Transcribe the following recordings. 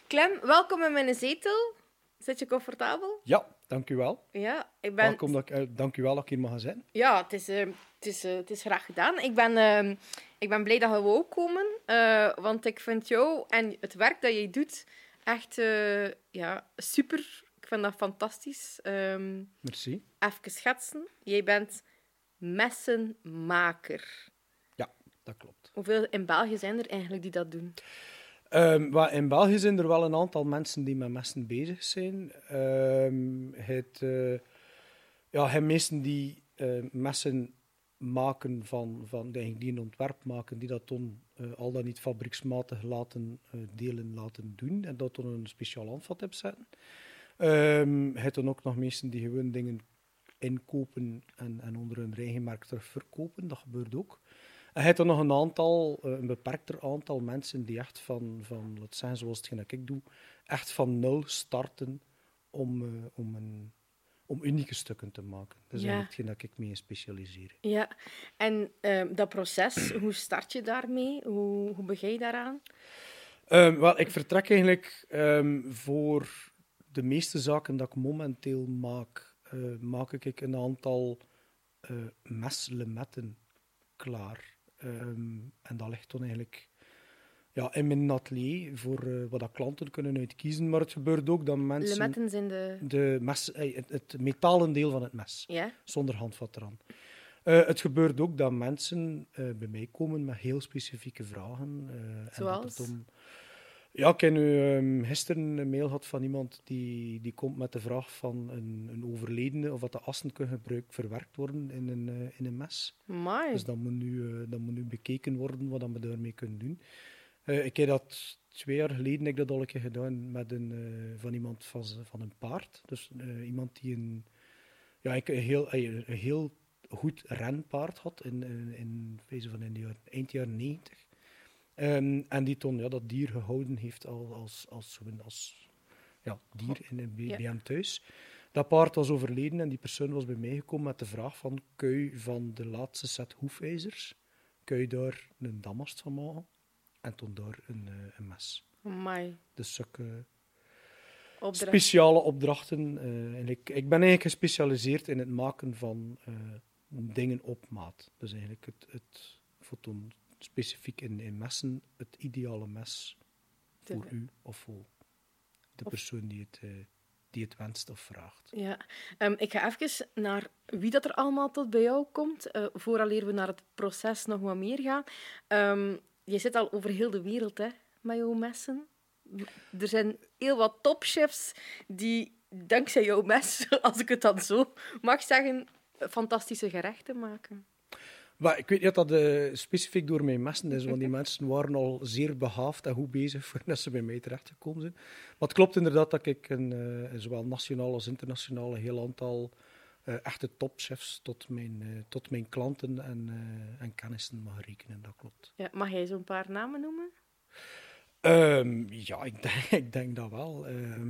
Clem, welkom in mijn zetel. Zit je comfortabel? Ja, dank u wel. Ja, Dank u wel dat ik hier mag zijn. Ja, het is graag gedaan. Ik ben blij dat je wou komen, want ik vind jou en het werk dat jij doet echt super. Ik vind dat fantastisch. Merci. Even schetsen. Jij bent messenmaker. Ja, dat klopt. Hoeveel in België zijn er eigenlijk die dat doen? In België zijn er wel een aantal mensen die met messen bezig zijn. Het meesten die messen maken die een ontwerp maken, die dat dan al dan niet fabrieksmatig laten doen en dat dan een speciaal handvat hebben zetten. Het dan ook nog mensen die gewoon dingen inkopen en onder hun eigen merk terug verkopen. Dat gebeurt ook. En je hebt er nog een beperkter aantal mensen die echt van laat zeggen, zoals hetgeen dat ik doe, echt van nul starten om unieke stukken te maken. Dat is eigenlijk hetgeen dat ik mee specialiseer. Ja, en dat proces, hoe start je daarmee? Hoe begin je daaraan? Ik vertrek eigenlijk voor de meeste zaken dat ik momenteel maak ik een aantal meslemetten klaar. En dat ligt dan eigenlijk in mijn atelier voor wat dat klanten kunnen uitkiezen. Maar het gebeurt ook dat mensen... Lemetten zijn het metalen deel van het mes, zonder handvat eraan. Het gebeurt ook dat mensen bij mij komen met heel specifieke vragen. Zoals? Ik heb nu gisteren een mail gehad van iemand die komt met de vraag van een overledene of dat de assen kunnen verwerkt worden in een mes. Amai. Dus dat moet nu bekeken worden wat we daarmee kunnen doen. Ik heb dat 2 jaar geleden al een keer gedaan met van iemand van een paard. Dus iemand die een heel goed renpaard had in eind jaren 90. En die toen dat dier gehouden heeft als dier bij hem thuis. Dat paard was overleden en die persoon was bij mij gekomen met de vraag van, kun je van de laatste set hoefijzers, kun je daar een damast van maken? En toen daar een mes. Amai. Dus zulke speciale opdrachten. Ik ben eigenlijk gespecialiseerd in het maken van dingen op maat. Dus eigenlijk het fotoon specifiek in messen, het ideale mes voor u of voor de persoon die het wenst of vraagt. Ja, ik ga even naar wie dat er allemaal tot bij jou komt, vooraleer we naar het proces nog wat meer gaan. Je zit al over heel de wereld met jouw messen. Er zijn heel wat topchefs die, dankzij jouw mes, als ik het dan zo mag zeggen, fantastische gerechten maken. Maar ik weet niet of dat specifiek door mijn messen is, want die mensen waren al zeer behaafd en goed bezig voordat ze bij mij terechtgekomen zijn. Maar het klopt inderdaad dat ik zowel nationaal als internationaal een heel aantal echte topchefs tot mijn klanten en kennissen mag rekenen. Dat klopt. Ja, mag jij zo'n paar namen noemen? Ik denk dat wel.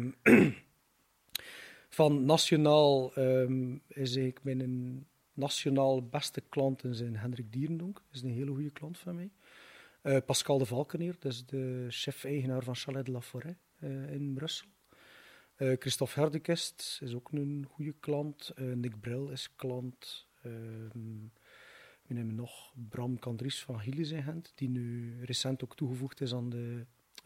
Van nationaal is ik mijn nationaal beste klanten zijn Hendrik Dierendonk, dat is een hele goede klant van mij. Pascal de Valkenier, dat is de chef-eigenaar van Chalet de la Forêt in Brussel. Christophe Herdekest is ook een goede klant. Nick Bril is klant. We nemen nog Bram Kandries van Gilles in Gent, die nu recent ook toegevoegd is aan de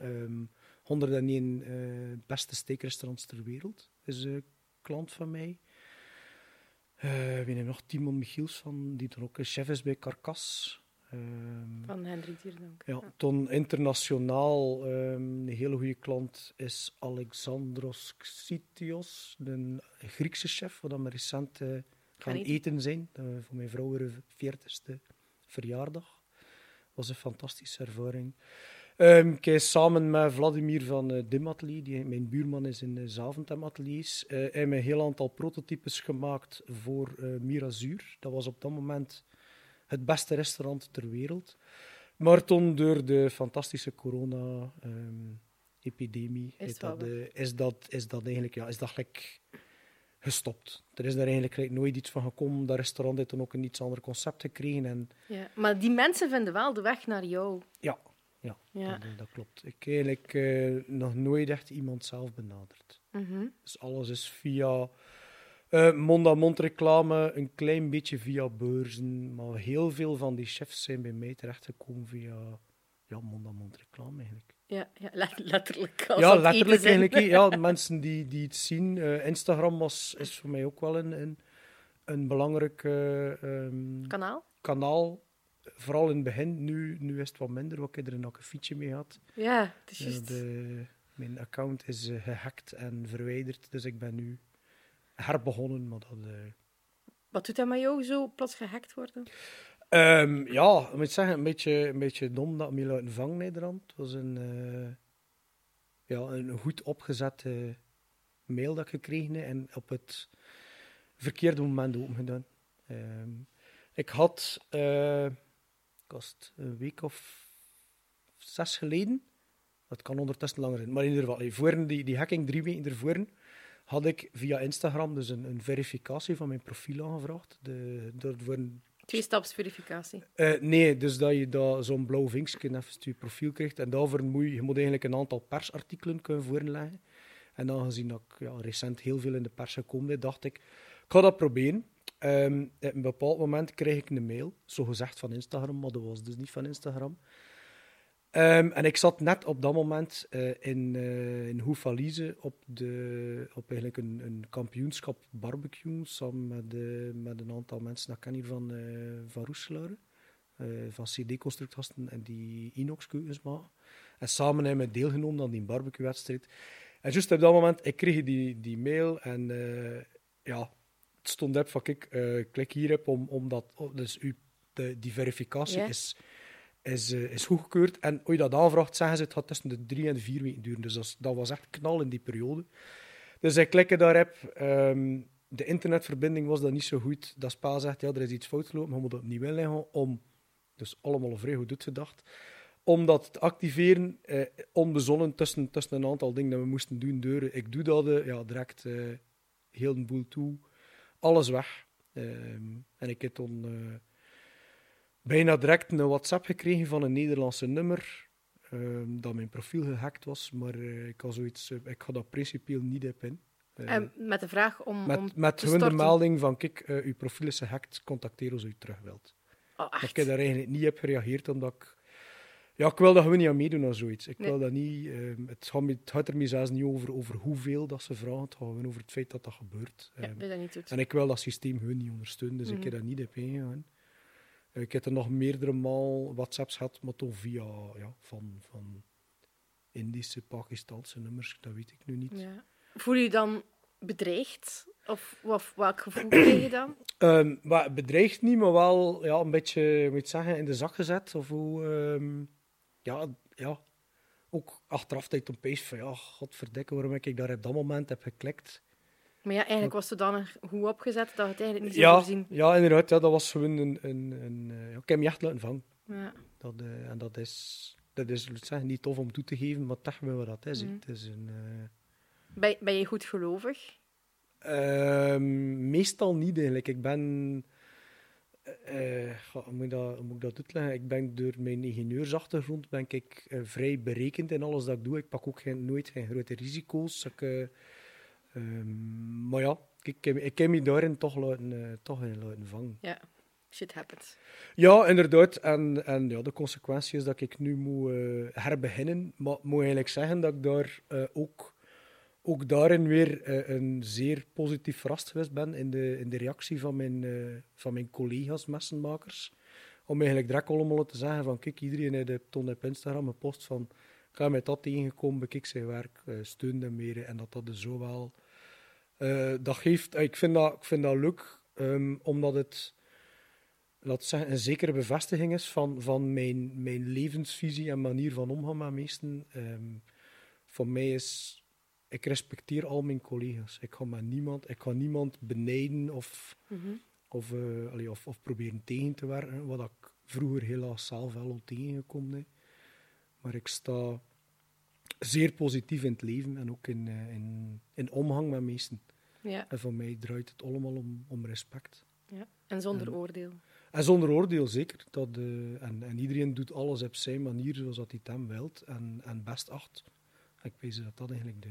101 beste steakrestaurants ter wereld. Dat is een klant van mij. We hebben nog Timon Michiels die dan ook chef is bij Carcasse. Van Hendrik Dierendonk. Ja, toen internationaal een hele goede klant is Alexandros Xitios, een Griekse chef, waar we recent gaan eten zijn. Voor mijn vrouw haar 40ste verjaardag. Dat was een fantastische ervaring. Ik heb samen met Vladimir van Dim Atelier, die mijn buurman is in Zaventem Ateliers, hebben een heel aantal prototypes gemaakt voor Mirazur. Dat was op dat moment het beste restaurant ter wereld. Maar toen door de fantastische corona-epidemie is dat gelijk gestopt. Er is daar eigenlijk nooit iets van gekomen. Dat restaurant heeft dan ook een iets ander concept gekregen. Ja, maar die mensen vinden wel de weg naar jou. Ja, Ja, Ja. dat klopt. Ik heb eigenlijk nog nooit echt iemand zelf benaderd. Mhm. Dus alles is via mond-aan-mond reclame, een klein beetje via beurzen, maar heel veel van die chefs zijn bij mij terechtgekomen via mond-aan-mond reclame eigenlijk. Ja, letterlijk. Als Ja, aan het eten letterlijk zijn. eigenlijk. Ja, mensen die het zien. Instagram is voor mij ook wel een belangrijk Kanaal? kanaal. Vooral in het begin. Nu is het wat minder, want ik heb er een akkefietje mee had. Ja, het is juist. Mijn account is gehackt en verwijderd, dus ik ben nu herbegonnen. Maar dat, Wat doet dat met jou, zo plots gehackt worden? ja, ik moet zeggen, een beetje dom dat ik me laten vangen, Nederland. Het was een goed opgezette mail dat ik gekregen heb en op het verkeerde moment opengedaan. Ik had, kost een week of 6 geleden, dat kan ondertussen langer zijn, maar in ieder geval, voor die hacking 3 weken ervoor, had ik via Instagram dus een verificatie van mijn profiel aangevraagd. Tweestapsverificatie. Nee, dus dat je zo'n blauw vinkje even op je profiel krijgt. En daarvoor moet je eigenlijk een aantal persartikelen kunnen voorleggen. En aangezien dat ik recent heel veel in de pers gekomen ben, dacht ik ga dat proberen. Op een bepaald moment kreeg ik een mail, zogezegd van Instagram, maar dat was dus niet van Instagram. En ik zat net op dat moment in Hoefalize op eigenlijk een kampioenschap barbecue, samen met een aantal mensen dat ik ken hier van Roeselare, van CD-constructasten en die inox-keukens maken. En samen hebben we deelgenomen aan die barbecue-wedstrijd. En juist op dat moment, ik kreeg die mail en het stond op van klik hier op dus die verificatie is goedgekeurd. En als je dat aanvraagt, zeggen ze het gaat tussen de 3 en de 4 weken duren. Dus dat was echt knal in die periode. Dus ik klikte daarop. De internetverbinding was dan niet zo goed. Dat spel zegt, er is iets fout gelopen, je moet dat opnieuw inleggen. Dus allemaal vrij goed uitgedacht. Om dat te activeren, onbezonnen tussen een aantal dingen dat we moesten doen. Ik doe dat, direct heel een boel toe. Alles weg. En ik heb toen bijna direct een WhatsApp gekregen van een Nederlandse nummer. Dat mijn profiel gehackt was. Maar ik had zoiets, ik ga dat principieel niet op in. Met de vraag om Met te gewoon de storten. melding van, uw profiel is gehackt, contacteer ons als u terug wilt. Oh, Maar echt? ik heb daar eigenlijk niet op gereageerd, omdat ik... Ja, ik wil daar gewoon niet aan meedoen aan zoiets. Ik wil dat niet... Het gaat er me zelfs niet over hoeveel dat ze vragen. Het gaat gewoon over het feit dat dat gebeurt. Ja, dat je dat niet doet. En ik wil dat systeem gewoon niet ondersteunen, dus ik heb daar niet op ingegaan. Ik heb er nog meerdere maal WhatsApps gehad, maar toch via van Indische, Pakistanse nummers, dat weet ik nu niet. Ja. Voel je je dan bedreigd? Of welk gevoel krijg je dan? Bedreigd niet, maar wel een beetje, moet ik zeggen, in de zak gezet. Of hoe... ook achteraf dat je opeens van, godverdikke, waarom heb ik daar op dat moment heb geklikt. Maar ja, eigenlijk was het zodanig goed opgezet dat het eigenlijk niet zo voorzien. Ja, inderdaad. Ja, dat was gewoon ik heb me echt laten vangen. Ja. En dat is ik zeggen, niet tof om toe te geven, maar toch wel wat dat is. Het is Ben je goed gelovig? meestal niet eigenlijk. Ik ben... hoe moet ik dat uitleggen? Ik ben door mijn ingenieursachtergrond vrij berekend in alles dat ik doe. Ik pak ook nooit geen grote risico's. Maar ja, ik heb me daarin toch in laten vangen. Ja, shit happens. Ja, inderdaad. En de consequentie is dat ik nu moet herbeginnen. Maar ik moet eigenlijk zeggen dat ik daar ook daarin weer een zeer positief verrast geweest ben in de reactie van mijn collega's, messenmakers. Om eigenlijk direct allemaal te zeggen van, kijk, iedereen heeft op Instagram een post van, ik ga met dat tegenkomen, bekijk zijn werk, steun hem meer. En dat is zo wel... dat geeft... Ik vind dat leuk, omdat het... Laat ik zeggen, een zekere bevestiging is van mijn levensvisie en manier van omgaan met mensen. Voor mij is... Ik respecteer al mijn collega's. Ik ga niemand benijden of proberen tegen te werken, wat ik vroeger helaas zelf wel al tegengekomen ben. Maar ik sta zeer positief in het leven en ook in omgang met mensen. Ja. En voor mij draait het allemaal om respect. Ja. En zonder oordeel. En zonder oordeel, zeker. En iedereen doet alles op zijn manier, zoals dat hij het hem wilt. En best acht. Ik weet dat dat eigenlijk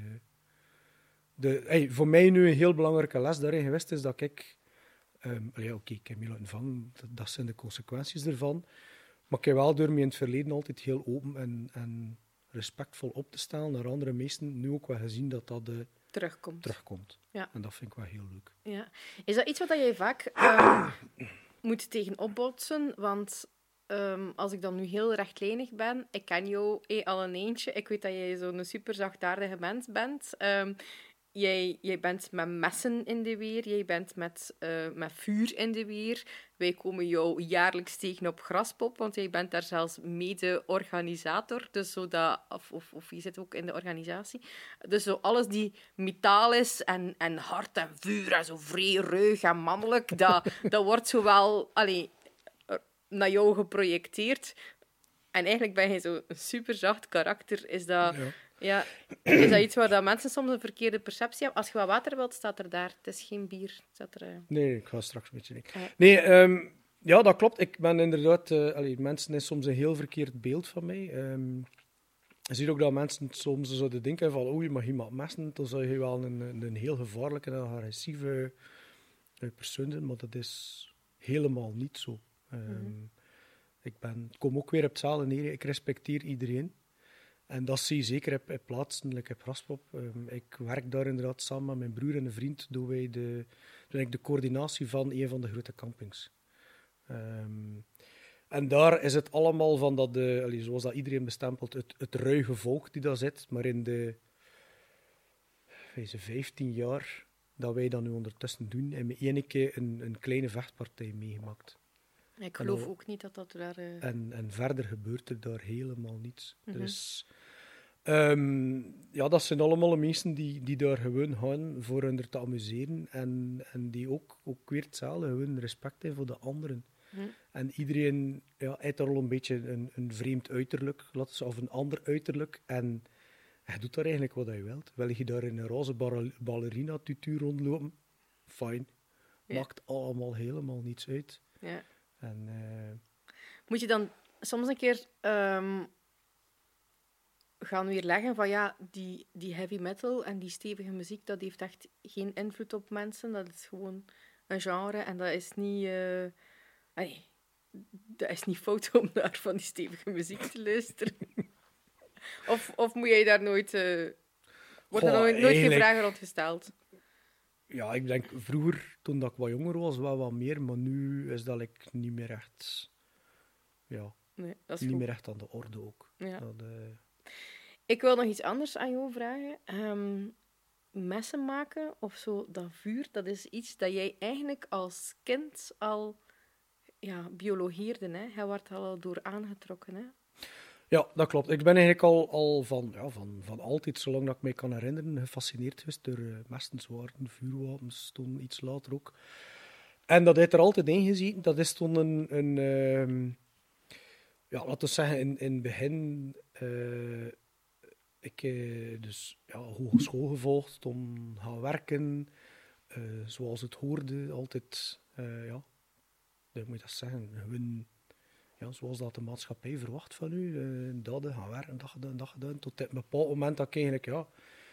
voor mij nu een heel belangrijke les daarin geweest is dat ik... ik heb me laten vangen, dat zijn de consequenties ervan. Maar ik heb wel door me in het verleden altijd heel open en respectvol op te stellen naar andere mensen. Nu ook wel gezien dat dat terugkomt. Ja. En dat vind ik wel heel leuk. Ja. Is dat iets wat jij vaak moet tegenop botsen? Want als ik dan nu heel rechtlijnig ben, ik ken jou al een eentje. Ik weet dat jij zo'n super zachtaardige mens bent. Jij bent met messen in de weer, jij bent met vuur in de weer. Wij komen jou jaarlijks tegen op Graspop, want jij bent daar zelfs mede-organisator. Dus of je zit ook in de organisatie. Dus zo alles die metaal is en hard en vuur en zo vrij ruig en mannelijk, dat wordt zowel naar jou geprojecteerd. En eigenlijk ben je zo'n super zacht karakter. Is dat... Ja, is dat iets waar dat mensen soms een verkeerde perceptie hebben? Als je wat water wilt, staat er daar. Het is geen bier. Staat er, Nee, ik ga straks een beetje... Nee, ja, dat klopt. Ik ben inderdaad... mensen hebben soms een heel verkeerd beeld van mij. Je ziet ook dat mensen soms zouden denken van je mag iemand messen, dan zou je wel een heel gevaarlijke en agressieve persoon zijn, maar dat is helemaal niet zo. Ik kom ook weer op hetzelfde neer. Ik respecteer iedereen. En dat zie je zeker op plaatsen, like op Graspop. Ik werk daar inderdaad samen met mijn broer en een vriend. Doen wij de coördinatie van een van de grote campings. En daar is het allemaal van dat, zoals dat iedereen bestempelt, het ruige volk die daar zit. Maar in de 15 jaar dat wij dat nu ondertussen doen, hebben we één keer een kleine vechtpartij meegemaakt. Ik geloof ook niet dat daar... En verder gebeurt er daar helemaal niets. Dus dat zijn allemaal mensen die daar gewoon gaan voor hun te amuseren en die ook weer hetzelfde, gewoon respect hebben voor de anderen. En iedereen heeft daar al een beetje een vreemd uiterlijk, of een ander uiterlijk. En je doet daar eigenlijk wat je wilt. Wil je daar in een roze ballerina-tutu rondlopen? Fijn. Maakt allemaal helemaal niets uit. Ja. En, moet je dan soms een keer gaan weerleggen van die heavy metal en die stevige muziek, dat heeft echt geen invloed op mensen. Dat is gewoon een genre en dat is niet... dat is niet fout om naar van die stevige muziek te luisteren. of moet jij daar nooit... wordt er nooit geen vragen rond gesteld? Ja, ik denk vroeger, toen dat ik wat jonger was, wel wat meer, maar nu is dat niet meer echt... Ja, nee, dat is niet goed. meer echt aan de orde ook. Ja. Dat, Ik wil nog iets anders aan jou vragen. Messen maken of zo, dat vuur, dat is iets dat jij eigenlijk als kind al biologeerde. Hè? Hij wordt al door aangetrokken. Hè? Ja, dat klopt. Ik ben eigenlijk al van altijd, zolang dat ik mij kan herinneren, gefascineerd geweest door messen, zwaarden, vuurwapens, toen iets later ook. En dat heeft er altijd in gezien. Dat is toen laten we zeggen, in het begin... ik dus hogeschool gevolgd om te gaan werken, zoals het hoorde, altijd, hoe moet je dat zeggen, gewoon, zoals dat de maatschappij verwacht van u, dat gaan werken, dat gedaan, tot op een bepaald moment dat ik eigenlijk,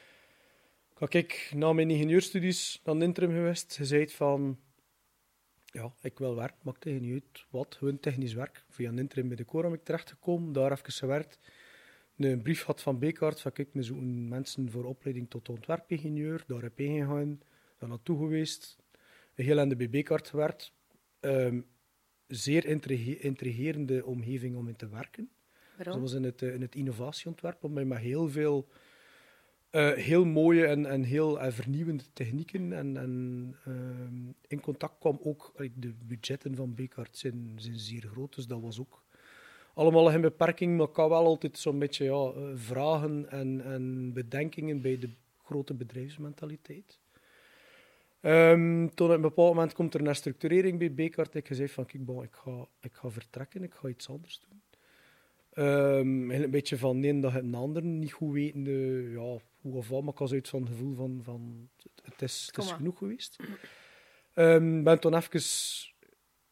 na mijn ingenieurstudies naar een interim geweest, gezegd van, ik wil werken, maakt tegen niet uit wat, gewoon technisch werk. Via een interim bij de Coram ben ik terechtgekomen, daar even gewerkt. Een brief had van Bekaert van kijk, we zoeken mensen voor opleiding tot ontwerpingenieur. Daar heb ik heen gegaan, daar naartoe geweest. Een heel aan de Bekaert gewerkt. Zeer intrigerende omgeving om in te werken. Waarom? Dat was in het innovatieontwerp, omdat je met heel veel heel mooie en heel vernieuwende technieken en in contact kwam ook. De budgetten van Bekaert zijn zeer groot, dus dat was ook allemaal geen beperking, maar ik had wel altijd zo'n beetje vragen en bedenkingen bij de grote bedrijfsmentaliteit. Toen op een bepaald moment komt er een structurering bij Bekaert. Ik zei van, kijk, ik ga vertrekken, ik ga iets anders doen. Een beetje van de een dag een ander, niet goed wetende hoe of wat, maar ik had zoiets van het gevoel van het is genoeg geweest. Ben toen even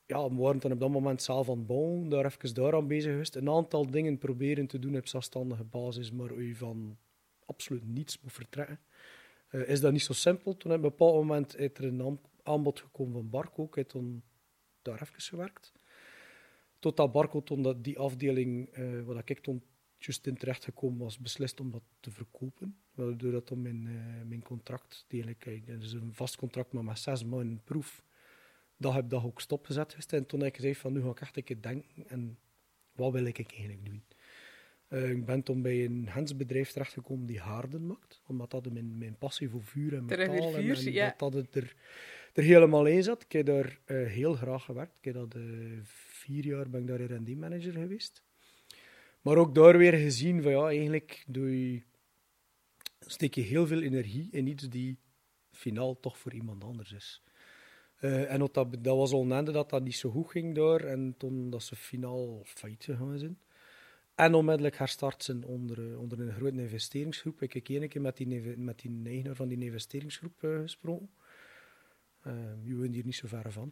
ja, we waren dan op dat moment zelf aan het bouwen, daar even daaraan bezig geweest. Een aantal dingen proberen te doen op zelfstandige basis, maar u van absoluut niets moet vertrekken. Is dat niet zo simpel? Toen op een bepaald moment is er een aanbod gekomen van Barco. Ik heb toen daar even gewerkt. Totdat Barco, toen dat die afdeling, waar ik toen juist in terecht gekomen was, beslist om dat te verkopen. Waardoor dat dan mijn contract, dus een vast contract, maar met 6 maanden proef, dat heb ik dat ook stopgezet. En toen heb ik gezegd van, nu ga ik echt een keer denken en wat wil ik eigenlijk doen? Ik ben toen bij een hensbedrijf terechtgekomen die haarden maakt, omdat dat mijn passie voor vuur en metaal en dat het er helemaal in zat. Ik heb daar heel graag gewerkt. Ik heb dat 4 jaar ben ik daar R&D-manager geweest. Maar ook daar weer gezien van ja, eigenlijk steek je heel veel energie in iets die finaal toch voor iemand anders is. En dat was al een einde dat niet zo goed ging daar. En toen dat ze finaal failliet gegaan zijn. En onmiddellijk herstart zijn onder een grote investeringsgroep. Ik heb een keer met die eigenaar van die investeringsgroep gesproken. Je woont hier niet zo ver van.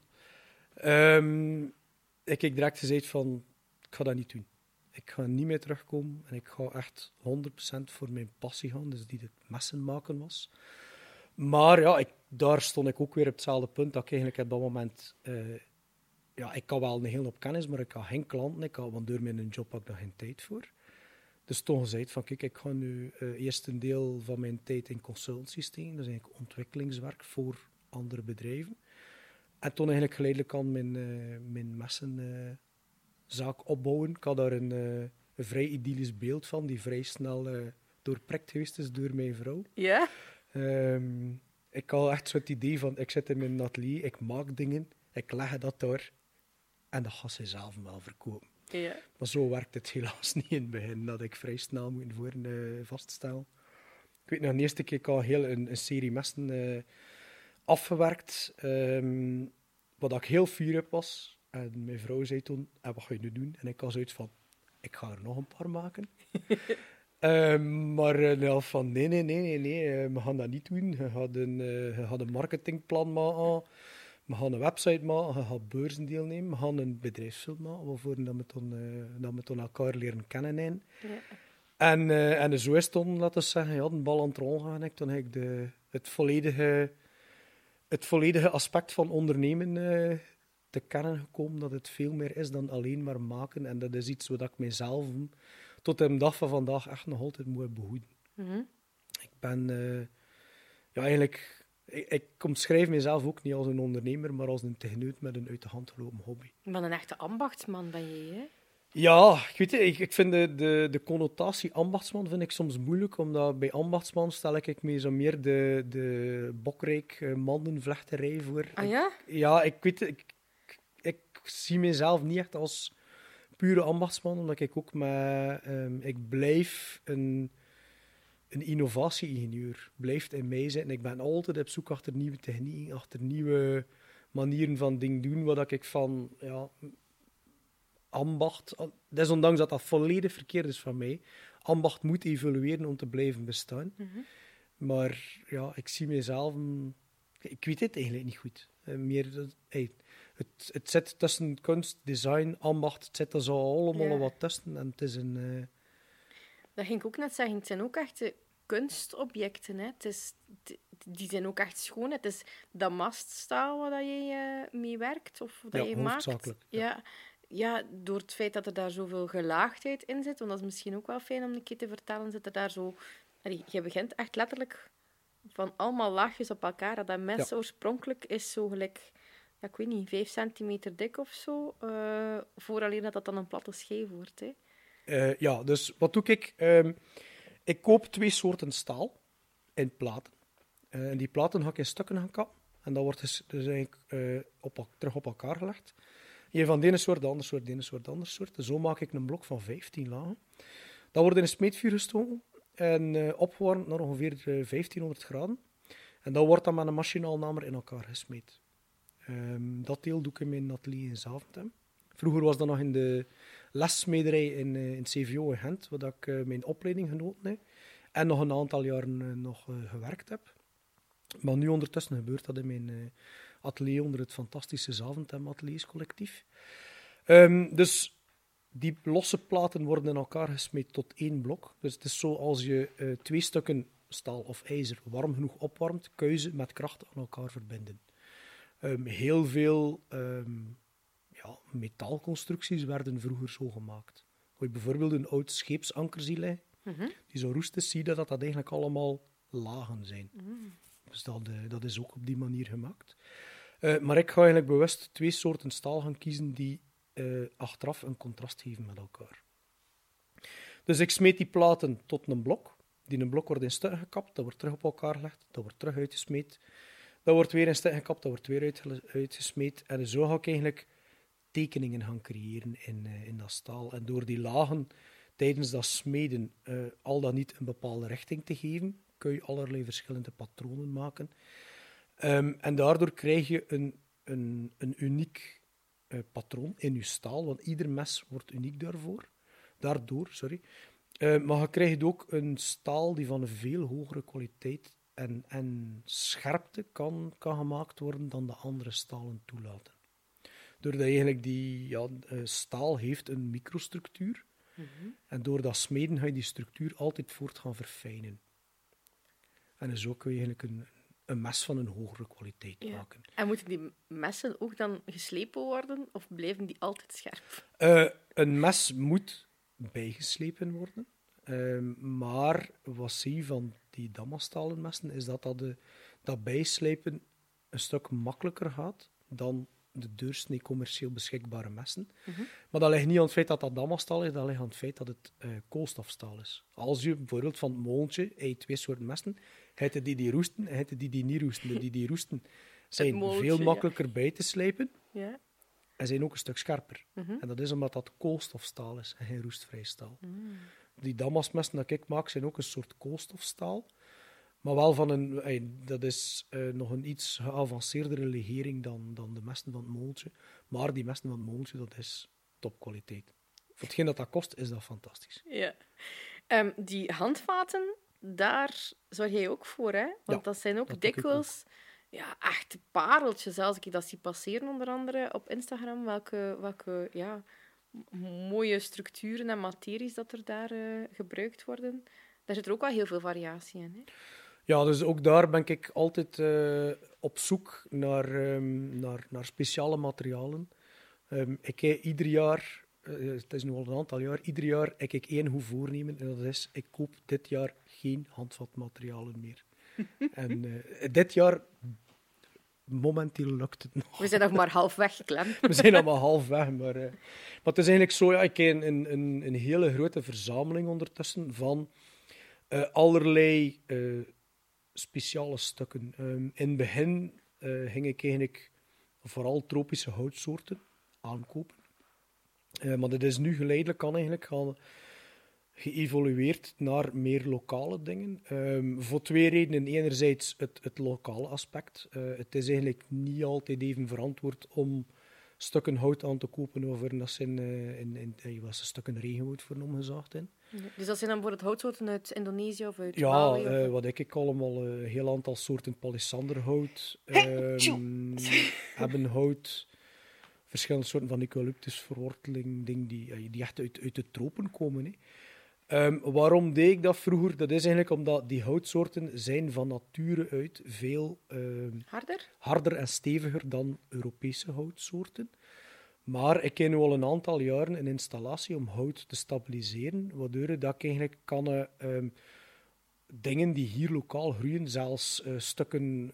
Ik heb direct gezegd van, ik ga dat niet doen. Ik ga niet meer terugkomen en ik ga echt 100% voor mijn passie gaan, dus die het messen maken was. Maar ja, daar stond ik ook weer op hetzelfde punt dat ik eigenlijk op dat moment... ik had wel een hele hoop kennis, maar ik had geen klanten. Want door mijn job had ik daar geen tijd voor. Dus toen gezegd van, kijk, ik ga nu eerst een deel van mijn tijd in consultancy steken. Dat is eigenlijk ontwikkelingswerk voor andere bedrijven. En toen eigenlijk geleidelijk aan mijn messenzaak opbouwen. Ik had daar een vrij idyllisch beeld van, die vrij snel doorprikt geweest is door mijn vrouw. Ja? Ik had echt zo het idee van, ik zit in mijn atelier, ik maak dingen, ik leg dat daar en dat gaat ze zelf wel verkopen. Ja. Maar zo werkt het helaas niet in het begin, dat ik vrij snel moet vaststellen. Ik weet nog, de eerste keer ik al heel een serie messen afgewerkt, wat ik heel fier op was. En mijn vrouw zei toen, wat ga je nu doen? En ik had zoiets van, ik ga er nog een paar maken. Maar de helft van, nee, we gaan dat niet doen. Je gaat een marketingplan maken, we gaan een website maken, je gaat beurzen deelnemen, we gaan een bedrijfsfilm maken, waarvoor dat we toen elkaar leren kennen. Ja. En zo is het dan, laten we zeggen, ja, de bal aan het rollen gaan. En toen heb ik het volledige aspect van ondernemen te kennen gekomen, dat het veel meer is dan alleen maar maken. En dat is iets wat ik mezelf tot de dag van vandaag echt nog altijd moet behoeden. Mm-hmm. Ik ben eigenlijk... Ik omschrijf mezelf ook niet als een ondernemer, maar als een techneut met een uit de hand gelopen hobby. Maar een echte ambachtsman ben je, hè? Ja, ik weet het. Ik vind de connotatie ambachtsman vind ik soms moeilijk, omdat bij ambachtsman stel ik me zo meer de bokrijk mandenvlechterij voor. Ah ja? Ja, ik weet het. Ik zie mezelf niet echt als pure ambachtsman, omdat ik ook ik blijf een innovatie-ingenieur. Blijft in mij zitten. Ik ben altijd op zoek achter nieuwe technieken, achter nieuwe manieren van dingen doen, wat ik van ambacht... Desondanks dat volledig verkeerd is van mij. Ambacht moet evolueren om te blijven bestaan. Mm-hmm. Maar ja, ik zie mezelf... Ik weet het eigenlijk niet goed. Het zit tussen kunst, design, ambacht. Het zit er zo allemaal wat tussen. En het is een... Dat ging ik ook net zeggen. Het zijn ook echt kunstobjecten. Hè. Die zijn ook echt schoon. Het is dat maststaal waar je mee werkt of dat je maakt. Ja, door het feit dat er daar zoveel gelaagdheid in zit. Want dat is misschien ook wel fijn om een keer te vertellen. Zit er daar zo... Je begint echt letterlijk van allemaal laagjes op elkaar. Dat mes oorspronkelijk is zo gelijk... Ja, ik weet niet, 5 centimeter dik of zo. Vooraleer dat dan een platte schijf wordt. Hè. Dus wat doe ik? Ik koop 2 soorten staal in platen. En die platen ga ik in stukken gaan kappen. En dat wordt dus eigenlijk terug op elkaar gelegd. Eén van de ene soort, de andere soort, de ene soort, de andere soort. Dus zo maak ik een blok van 15 lagen. Dat wordt in een smeedvuur gestoken en opgewarmd naar ongeveer 1500 graden. En dat wordt dan met een machinaal namer in elkaar gesmeed. Dat deel doe ik in mijn atelier in Zaventem. Vroeger was dat nog in de lessmederij in CVO in Gent, waar ik mijn opleiding genoten heb. En nog een aantal jaren gewerkt heb. Maar nu ondertussen gebeurt dat in mijn atelier onder het fantastische Zaventem Atelierscollectief. Dus die losse platen worden in elkaar gesmeed tot 1 blok. Dus het is zo als je 2 stukken staal of ijzer warm genoeg opwarmt, kun je ze met kracht aan elkaar verbinden. Heel veel metaalconstructies werden vroeger zo gemaakt. Als je bijvoorbeeld een oud scheepsanker ziet liggen, die zo roest is, zie je dat eigenlijk allemaal lagen zijn. Dus dat is ook op die manier gemaakt. Maar ik ga eigenlijk bewust 2 soorten staal gaan kiezen die achteraf een contrast geven met elkaar. Dus ik smeet die platen tot een blok. Die een blok wordt in stukken gekapt, dat wordt terug op elkaar gelegd, dat wordt terug uitgesmeed. Dat wordt weer in stukken gekapt, dat wordt weer uitgesmeed. En zo ga ik eigenlijk tekeningen gaan creëren in dat staal. En door die lagen tijdens dat smeden al dan niet een bepaalde richting te geven, kun je allerlei verschillende patronen maken. En daardoor krijg je een uniek patroon in je staal, want ieder mes wordt uniek daardoor. Maar je krijgt ook een staal die van een veel hogere kwaliteit en scherpte kan gemaakt worden dan de andere stalen toelaten. Doordat eigenlijk die staal heeft een microstructuur. En door dat smeden ga je die structuur altijd voort gaan verfijnen. En zo kun je eigenlijk een mes van een hogere kwaliteit maken. En moeten die messen ook dan geslepen worden, of blijven die altijd scherp? Een mes moet bijgeslepen worden. Maar wat zie je van die damastalen messen, is dat bijslijpen een stuk makkelijker gaat dan de doorsnee commercieel beschikbare messen. Maar dat ligt niet aan het feit dat dat damastaal is, dat ligt aan het feit dat het koolstofstaal is. Als je bijvoorbeeld van het molentje, 2 soorten messen, heb je die roesten en heb je die niet roesten. Die roesten zijn veel makkelijker bij te slijpen en zijn ook een stuk scherper. En dat is omdat dat koolstofstaal is en geen roestvrij staal. Die damastmessen dat ik maak, zijn ook een soort koolstofstaal. Maar wel van dat is nog een iets geavanceerdere legering dan de messen van het molentje. Maar die messen van het molentje, dat is topkwaliteit. Voor hetgeen dat kost, is dat fantastisch. Ja. Die handvaten, daar zorg jij ook voor, hè? Want dat zijn ook dikwijls echte pareltjes. Als ik dat zie passeren, onder andere op Instagram, welke mooie structuren en materies dat er daar gebruikt worden. Daar zit er ook wel heel veel variatie in, hè? Ja, dus ook daar ben ik altijd op zoek naar speciale materialen. Ik heb ieder jaar, het is nu al een aantal jaar, ieder jaar heb ik 1 goed voornemen. En dat is, ik koop dit jaar geen handvatmaterialen meer. En dit jaar, momenteel lukt het nog. We zijn nog maar halfweg geklemd. We zijn nog maar halfweg, maar het is eigenlijk zo, ik heb een hele grote verzameling ondertussen van allerlei speciale stukken. In het begin ging ik eigenlijk vooral tropische houtsoorten aankopen. Maar dat is nu geleidelijk gaan geëvolueerd naar meer lokale dingen. Voor 2 redenen. Enerzijds het lokale aspect. Het is eigenlijk niet altijd even verantwoord om stukken hout aan te kopen over dat ze in stukken regenwoud voor omgezaagd in. Dus dat zijn dan bijvoorbeeld houtsoorten uit Indonesië of uit Bali? Ja, wat ik allemaal, een heel aantal soorten palisanderhout, ebbenhout, verschillende soorten van eucalyptusverworteling, dingen die echt uit de tropen komen. Hè. Waarom deed ik dat vroeger? Dat is eigenlijk omdat die houtsoorten zijn van nature uit veel harder en steviger dan Europese houtsoorten. Maar ik heb nu al een aantal jaren een installatie om hout te stabiliseren, waardoor dat ik eigenlijk kan dingen die hier lokaal groeien, zelfs stukken,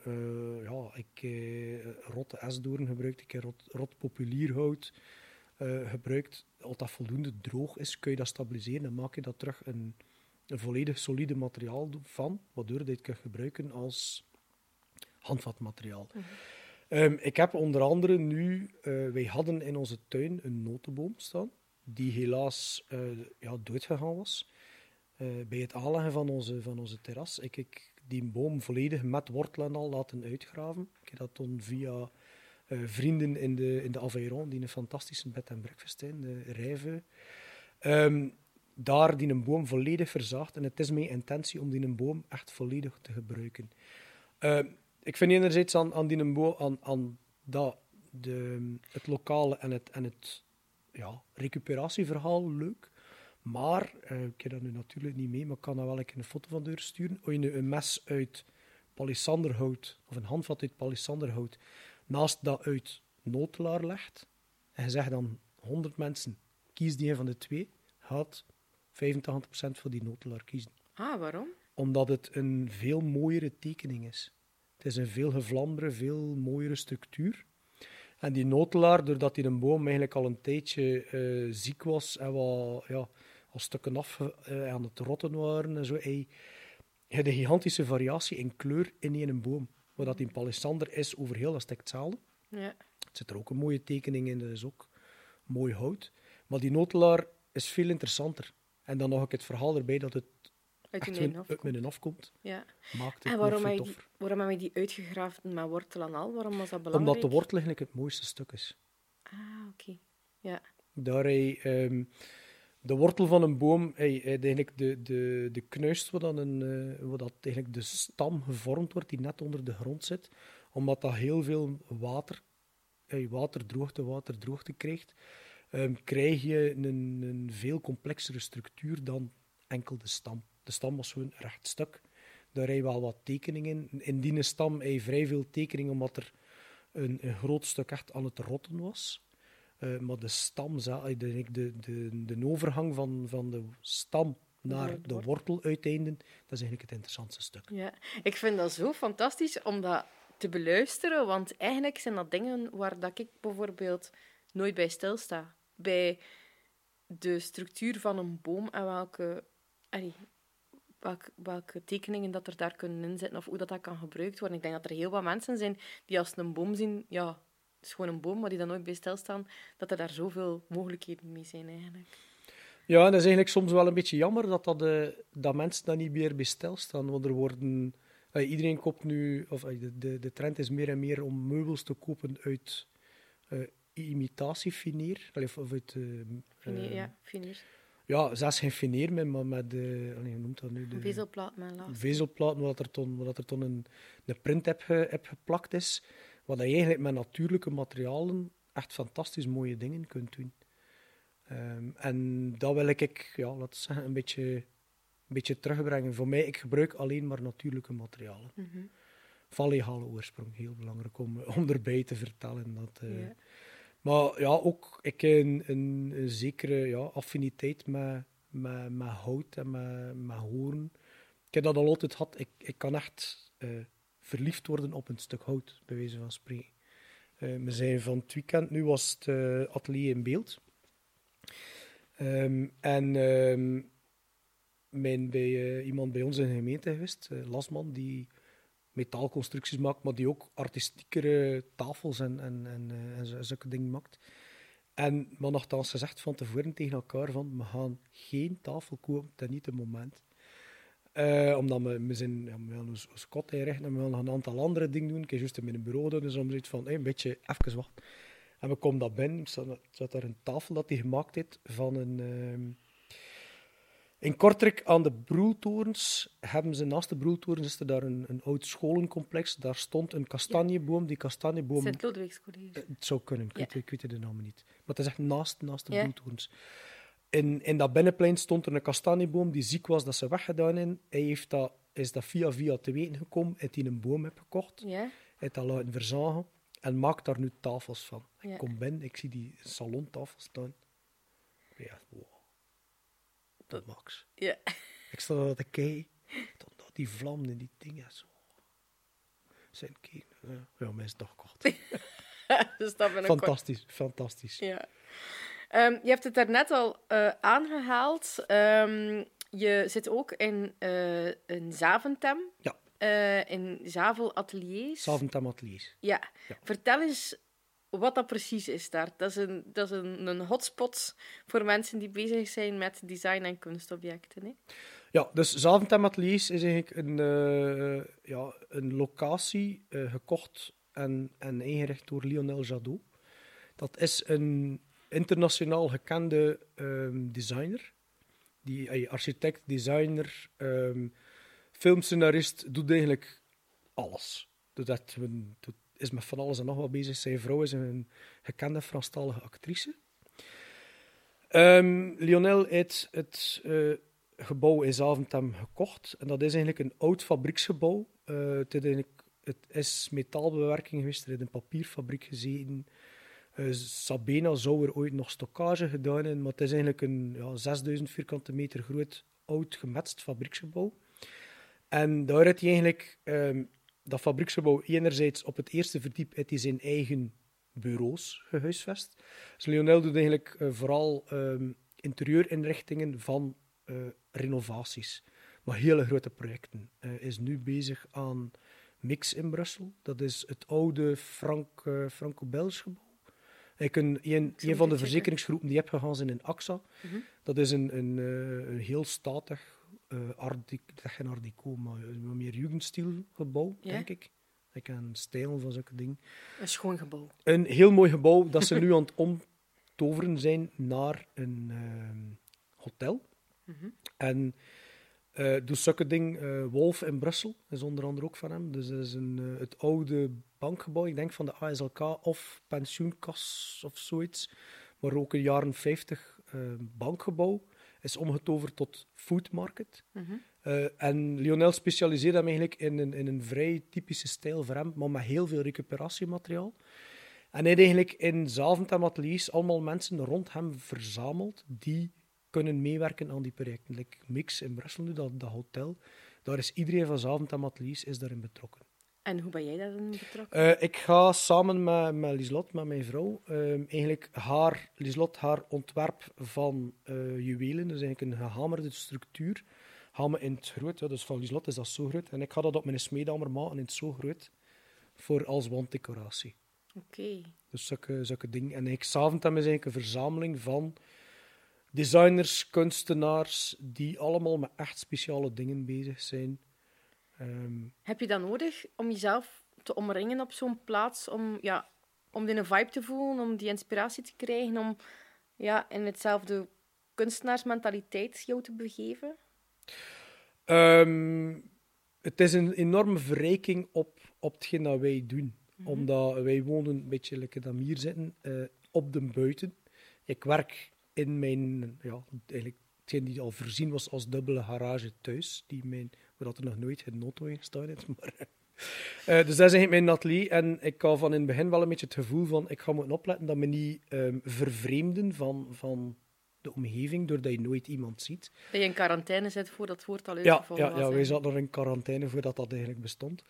rotte esdoorn gebruikt, ik heb rot populierhout gebruikt. Als dat voldoende droog is, kun je dat stabiliseren en maak je dat terug een volledig solide materiaal van, waardoor je dit kunt gebruiken als handvatmateriaal. Ik heb onder andere nu, wij hadden in onze tuin een notenboom staan, die helaas doodgegaan was. Bij het aanleggen van onze terras heb ik die boom volledig met wortelen al laten uitgraven. Ik heb dat toen via vrienden in de Aveyron, die een fantastische bed en breakfast zijn, de Rijve. Daar die een boom volledig verzaagd en het is mijn intentie om die een boom echt volledig te gebruiken. ik vind enerzijds aan die aan dat, het lokale en het recuperatieverhaal leuk. Maar, ik heb dat nu natuurlijk niet mee, maar ik kan daar wel een foto van doorsturen. Als je nu een mes uit palisanderhout, of een handvat uit palisanderhout, naast dat uit notelaar legt, en je zegt dan 100 mensen, kies die een van de twee, gaat 85% voor die notelaar kiezen. Ah, waarom? Omdat het een veel mooiere tekening is. Het is een veel gevlamdere, veel mooiere structuur. En die notelaar, doordat die een boom eigenlijk al een tijdje ziek was en wat al stukken af aan het rotten waren en zo, hij had een gigantische variatie in kleur in één boom. Wat dat in palisander is, over heel dat stuk hetzelfde. Ja. Er zit er ook een mooie tekening in, dat is ook mooi hout. Maar die notelaar is veel interessanter. En dan nog het verhaal erbij dat het uit midden afkomt. Ja. Maakt het En nog veel toffer. waarom heb je die uitgegraven met wortel en al? Waarom was dat belangrijk? Omdat de wortel eigenlijk het mooiste stuk is. Ah, oké. Ja. Daar de wortel van een boom, eigenlijk de knuist waar dat eigenlijk de stam gevormd wordt, die net onder de grond zit, omdat dat heel veel waterdroogte krijgt, krijg je een veel complexere structuur dan enkel de stam. De stam was gewoon een recht stuk. Daar heb je wel wat tekeningen. In die stam heb je vrij veel tekeningen, omdat er een groot stuk echt aan het rotten was. Maar de stam, de overgang van de stam naar de wortel uiteinden, dat is eigenlijk het interessantste stuk. Ja, ik vind dat zo fantastisch om dat te beluisteren, want eigenlijk zijn dat dingen waar dat ik bijvoorbeeld nooit bij stilsta. Bij de structuur van een boom en welke tekeningen dat er daar kunnen inzitten of hoe dat kan gebruikt worden. Ik denk dat er heel wat mensen zijn die als ze een boom zien, ja, het is gewoon een boom, maar die dan nooit bij stilstaan, dat er daar zoveel mogelijkheden mee zijn eigenlijk. Ja, en dat is eigenlijk soms wel een beetje jammer dat mensen daar niet meer bij stilstaan, want er worden... iedereen koopt nu... Of de trend is meer en meer om meubels te kopen uit imitatiefineer. Of uit... Fineer. Ja, zelfs geen fineer meer, maar met... hoe noemt dat nu? Een vezelplaat met laag. Vezelplaat, waar er toen een print heb geplakt is, wat je eigenlijk met natuurlijke materialen echt fantastisch mooie dingen kunt doen. En dat wil ik laten we zeggen, een beetje terugbrengen. Voor mij, ik gebruik alleen maar natuurlijke materialen. Mm-hmm. Van legale oorsprong, heel belangrijk om erbij te vertellen. Ja. Maar ja, ook ik heb een zekere affiniteit met hout en met hoorn. Ik heb dat al altijd gehad. Ik kan echt verliefd worden op een stuk hout, bij wijze van spreken. We zijn van het weekend, nu was het atelier in beeld. Iemand bij ons in de gemeente geweest, Lasman, die metaalconstructies maakt, maar die ook artistiekere tafels en zulke dingen maakt. Maar nogthans gezegd van tevoren tegen elkaar van, we gaan geen tafel kopen, dat niet het moment. Omdat we gaan ons kot inrichten en we gaan een aantal andere dingen doen. Ik heb juist in mijn bureau doen, dus dan zoiets van, een beetje even wachten. En we komen dat binnen, er zat daar een tafel dat hij gemaakt heeft van een... In Kortrijk aan de Broeltorens hebben ze naast de Broeltorens is er daar een oud scholencomplex. Daar stond een kastanjeboom. Die kastanjeboom... Sint-Ludwigscollege. Het zou kunnen, ik weet de naam niet. Maar het is echt naast de Broeltorens. In dat binnenplein stond er een kastanjeboom die ziek was, dat ze weggedaan hebben. Hij is dat via te weten gekomen, heeft hij een boom heb gekocht. Ja. Heeft dat laten verzagen en maakt daar nu tafels van. Ja. Ik kom binnen, ik zie die salontafel staan. Ja, wow. Dat Max. Ja. Ik sta daar te kijken. Die vlammen en die dingen zo. Zijn kijken. Ja, mij is toch kort. Dus dat ben ik Fantastisch. Ja. Je hebt het daarnet al aangehaald. Je zit ook in Zaventem. Ja. In Zavelateliers. Zaventem Ateliers. Ja. Vertel eens wat dat precies is daar. Dat is een hotspot voor mensen die bezig zijn met design- en kunstobjecten. Hè? Ja, dus Zaventem Ateliers is eigenlijk een locatie gekocht en ingericht door Lionel Jadot. Dat is een internationaal gekende designer. Die architect, designer, filmscenarist, doet eigenlijk alles. doordat is met van alles en nog wat bezig. Zijn vrouw is een gekende Franstalige actrice. Lionel heeft het gebouw in Zaventem gekocht. En dat is eigenlijk een oud fabrieksgebouw. Het is metaalbewerking geweest. Er heeft een papierfabriek gezeten. Sabena zou er ooit nog stockage gedaan hebben. Maar het is eigenlijk een 6000 vierkante meter groot oud gemetst fabrieksgebouw. En daar heeft hij eigenlijk dat fabrieksgebouw enerzijds op het eerste verdiep heeft hij zijn eigen bureaus gehuisvest. Dus Lionel doet eigenlijk vooral interieurinrichtingen van renovaties. Maar hele grote projecten. Is nu bezig aan Mix in Brussel. Dat is het oude Franco-Belgisch gebouw. Een van de verzekeringsgroepen die heb gegaan zijn in AXA. Mhm. Dat is een heel statig, geen art deco, maar meer jugendstil gebouw, denk ik. Ik ken stijl van zulke dingen. Een schoon gebouw. Een heel mooi gebouw dat ze nu aan het omtoveren zijn naar een hotel. Mhm. En doet zulke dingen. Wolf in Brussel is onder andere ook van hem. Dus dat is het oude bankgebouw, ik denk van de ASLK of pensioenkas of zoiets. Maar ook een jaren 50 bankgebouw is omgetoverd tot food market. Mhm. En Lionel specialiseert hem eigenlijk in een vrij typische stijl voor hem, maar met heel veel recuperatiemateriaal. En hij heeft eigenlijk in Zaventem ateliers allemaal mensen rond hem verzameld die kunnen meewerken aan die projecten. Like Mix in Brussel nu, dat hotel. Daar is iedereen van Zaventem ateliers is daarin betrokken. En hoe ben jij daarin betrokken? Ik ga samen met Lieslot, met mijn vrouw, eigenlijk haar ontwerp van juwelen, dus eigenlijk een gehamerde structuur, gaan we in het groot. Ja, dus van Lieslot is dat zo groot. En ik ga dat op mijn smeedamer maken in het zo groot voor als wanddecoratie. Oké. Dus zulke dingen. En eigenlijk Zaventem is eigenlijk een verzameling van designers, kunstenaars, die allemaal met echt speciale dingen bezig zijn. Heb je dat nodig om jezelf te omringen op zo'n plaats, om die een vibe te voelen, om die inspiratie te krijgen, om in hetzelfde kunstenaarsmentaliteit jou te begeven? Het is een enorme verrijking op hetgeen dat wij doen. Mhm. Omdat wij wonen, een beetje like dat we hier zitten, op de buiten. Ik werk in mijn, eigenlijk hetgeen die al voorzien was als dubbele garage thuis, waar er nog nooit geen auto in gestaan heeft. Maar, dus dat is eigenlijk mijn atelier. En ik had van in het begin wel een beetje het gevoel van, ik ga moeten opletten dat me niet vervreemden van de omgeving, doordat je nooit iemand ziet. Dat je in quarantaine zit voordat het woord al uitgevallen was. Ja, wij zaten nog in quarantaine voordat dat eigenlijk bestond.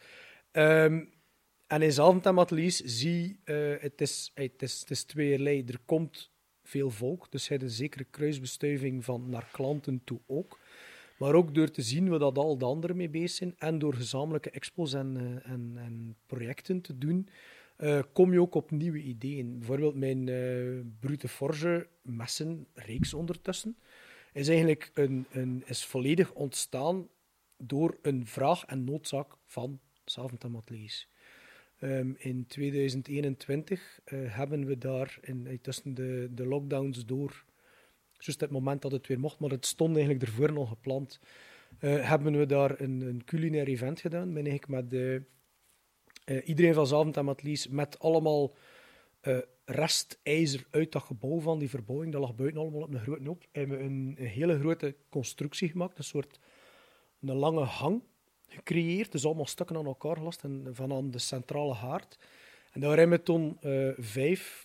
En in Zaventem ateliers het is tweeërlei. Er komt veel volk, dus hij heeft een zekere kruisbestuiving van naar klanten toe ook. Maar ook door te zien wat al de anderen mee bezig zijn en door gezamenlijke expos en projecten te doen, kom je ook op nieuwe ideeën. Bijvoorbeeld mijn Brute Forge messenreeks ondertussen is eigenlijk is volledig ontstaan door een vraag en noodzaak van Zaventem ateliers. In 2021 hebben we daar tussen de lockdowns door, juist het moment dat het weer mocht, maar het stond eigenlijk ervoor al gepland, hebben we daar een culinair event gedaan. Ben eigenlijk met iedereen van Zaventem ateliers met allemaal restijzer uit dat gebouw van die verbouwing. Dat lag buiten allemaal op een grote hoop. Hebben we een hele grote constructie gemaakt, een lange hang gecreëerd, dus allemaal stukken aan elkaar gelast en vanaan de centrale haard. En daar hebben we toen 5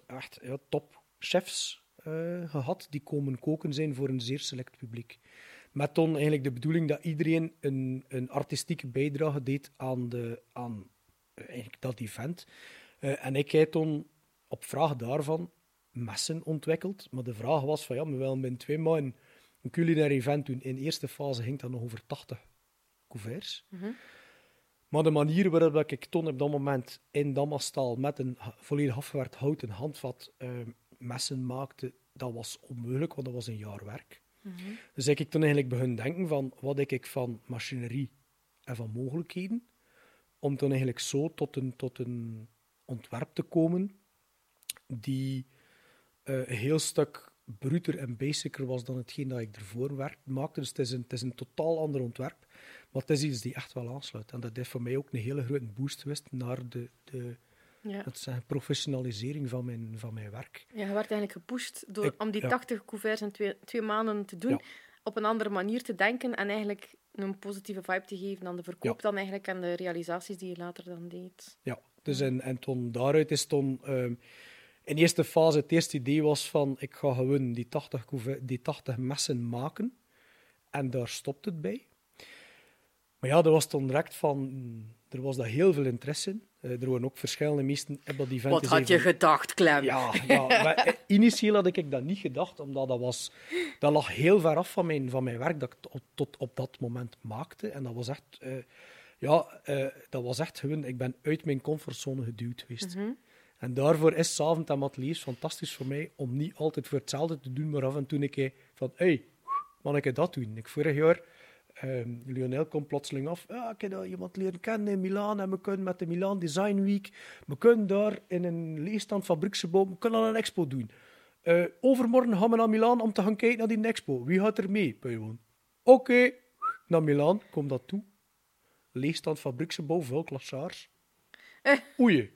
topchefs gehad, die komen koken zijn voor een zeer select publiek. Met toen eigenlijk de bedoeling dat iedereen een artistieke bijdrage deed aan eigenlijk dat event. En ik heb toen op vraag daarvan messen ontwikkeld, maar de vraag was van we willen binnen 2 maanden een culinair event doen. In de eerste fase ging dat nog over 80 couverts. Mhm. Maar de manier waarop ik toen op dat moment in Damastaal met een volledig afgewerkt houten handvat messen maakte, dat was onmogelijk, want dat was een jaar werk. Mhm. Dus ik toen eigenlijk begon denken van wat ik van machinerie en van mogelijkheden, om toen eigenlijk zo tot een ontwerp te komen die een heel stuk bruter en basicer was dan hetgeen dat ik ervoor maakte. Dus het is een totaal ander ontwerp. Maar het is iets die echt wel aansluit. En dat heeft voor mij ook een hele grote boost geweest naar de dat is een professionalisering van mijn werk. Ja, je werd eigenlijk gepusht om die ja. 80 couverts in 2 maanden te doen, op een andere manier te denken en eigenlijk een positieve vibe te geven aan de verkoop dan eigenlijk en de realisaties die je later dan deed. Ja, dus en toen, daaruit is toen... in eerste fase, het eerste idee was van, ik ga gewoon die 80 messen maken. En daar stopt het bij. Maar ja, er was toen direct van... Er was daar heel veel interesse in. Er waren ook verschillende mensen op dat event. Wat had je gedacht, Clem? Ja, maar initieel had ik dat niet gedacht, omdat dat lag heel ver af van mijn werk dat ik tot op dat moment maakte. En dat was echt... dat was echt gewoon... Ik ben uit mijn comfortzone geduwd geweest. Mm-hmm. En daarvoor is Savend en Ateliers fantastisch voor mij, om niet altijd voor hetzelfde te doen, maar af en toe een keer van, mag ik dat doen? Vorig jaar, Lionel komt plotseling af, ik heb iemand leren kennen in Milaan en we kunnen met de Milaan Design Week, we kunnen daar in een leegstand fabrieksgebouw, we kunnen een expo doen. Overmorgen gaan we naar Milaan om te gaan kijken naar die expo. Wie gaat er mee? Oké, naar Milaan, kom dat toe. Leegstand fabrieksgebouw, veel klassaars. Oei.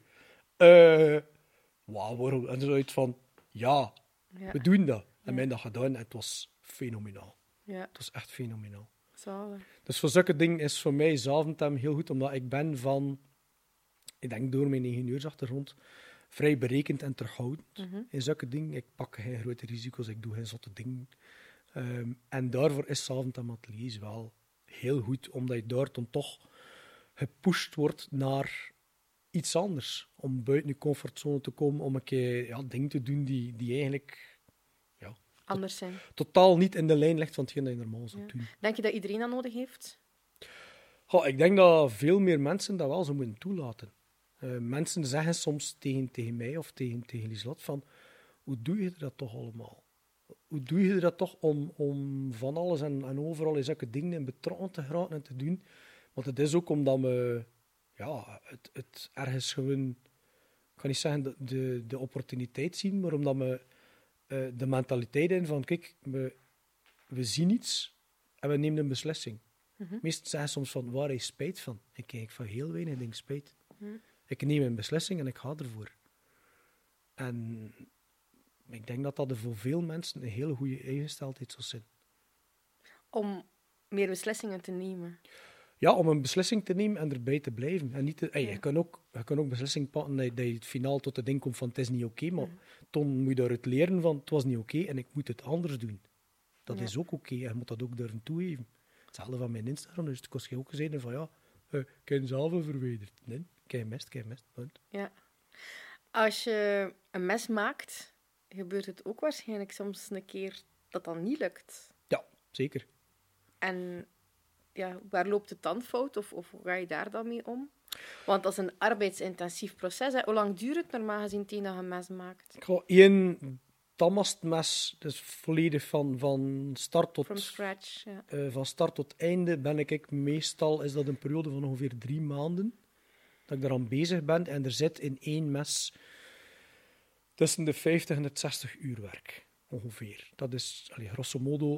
Waarom? En zo iets van, we doen dat. En mij dat gedaan en het was fenomenaal. Ja. Het was echt fenomenaal. Zalig. Dus voor zulke dingen is voor mij Zaventem heel goed, omdat ik ben van, ik denk door mijn ingenieursachtergrond, vrij berekend en terughoudend. Mm-hmm. In zulke dingen, ik pak geen grote risico's, ik doe geen zotte dingen. En daarvoor is Zaventem Ateliers wel heel goed, omdat je daar dan toch gepusht wordt naar iets anders. Om buiten je comfortzone te komen, om een keer dingen te doen die eigenlijk anders zijn. Totaal niet in de lijn ligt van hetgeen dat je normaal zou doen. Denk je dat iedereen dat nodig heeft? Ik denk dat veel meer mensen dat wel zo moeten toelaten. Mensen zeggen soms tegen mij of tegen Lieslot van, hoe doe je dat toch allemaal? Hoe doe je dat toch om van alles en overal in zulke dingen in betrokken te geraken en te doen? Want het is ook omdat we het ergens gewoon, ik kan niet zeggen de opportuniteit zien, maar omdat we de mentaliteit in van, kijk, we zien iets en we nemen een beslissing. Mm-hmm. Meestal zeggen soms van, waar heb je spijt van? Ik kijk van heel weinig dingen spijt. Mm-hmm. Ik neem een beslissing en ik ga ervoor. En ik denk dat dat voor veel mensen een hele goede ingesteldheid zou zijn. Om meer beslissingen te nemen. Ja, om een beslissing te nemen en erbij te blijven. En niet je kan ook beslissing pakken dat je het finaal tot de ding komt van het is niet oké, maar dan moet je daaruit leren van het was niet oké en ik moet het anders doen. Dat is ook oké. Je moet dat ook durven toegeven. Hetzelfde van mijn Instagram, dus het kost je ook gezegd van ik heb zelf verwijderd. Nee, kei mest. Ja. Als je een mes maakt, gebeurt het ook waarschijnlijk soms een keer dat dat niet lukt. Ja, zeker. En waar loopt het dan fout? Of hoe ga je daar dan mee om? Want dat is een arbeidsintensief proces. Hè. Hoe lang duurt het normaal gezien tegen dat je een mes maakt? Ik ga één damastmes, dus volledig van start tot... From scratch, ja. Van start tot einde ben ik meestal, is dat een periode van ongeveer 3 maanden, dat ik daaraan bezig ben. En er zit in één mes tussen de 50 en het 60 uur werk. Ongeveer. Dat is, grosso modo,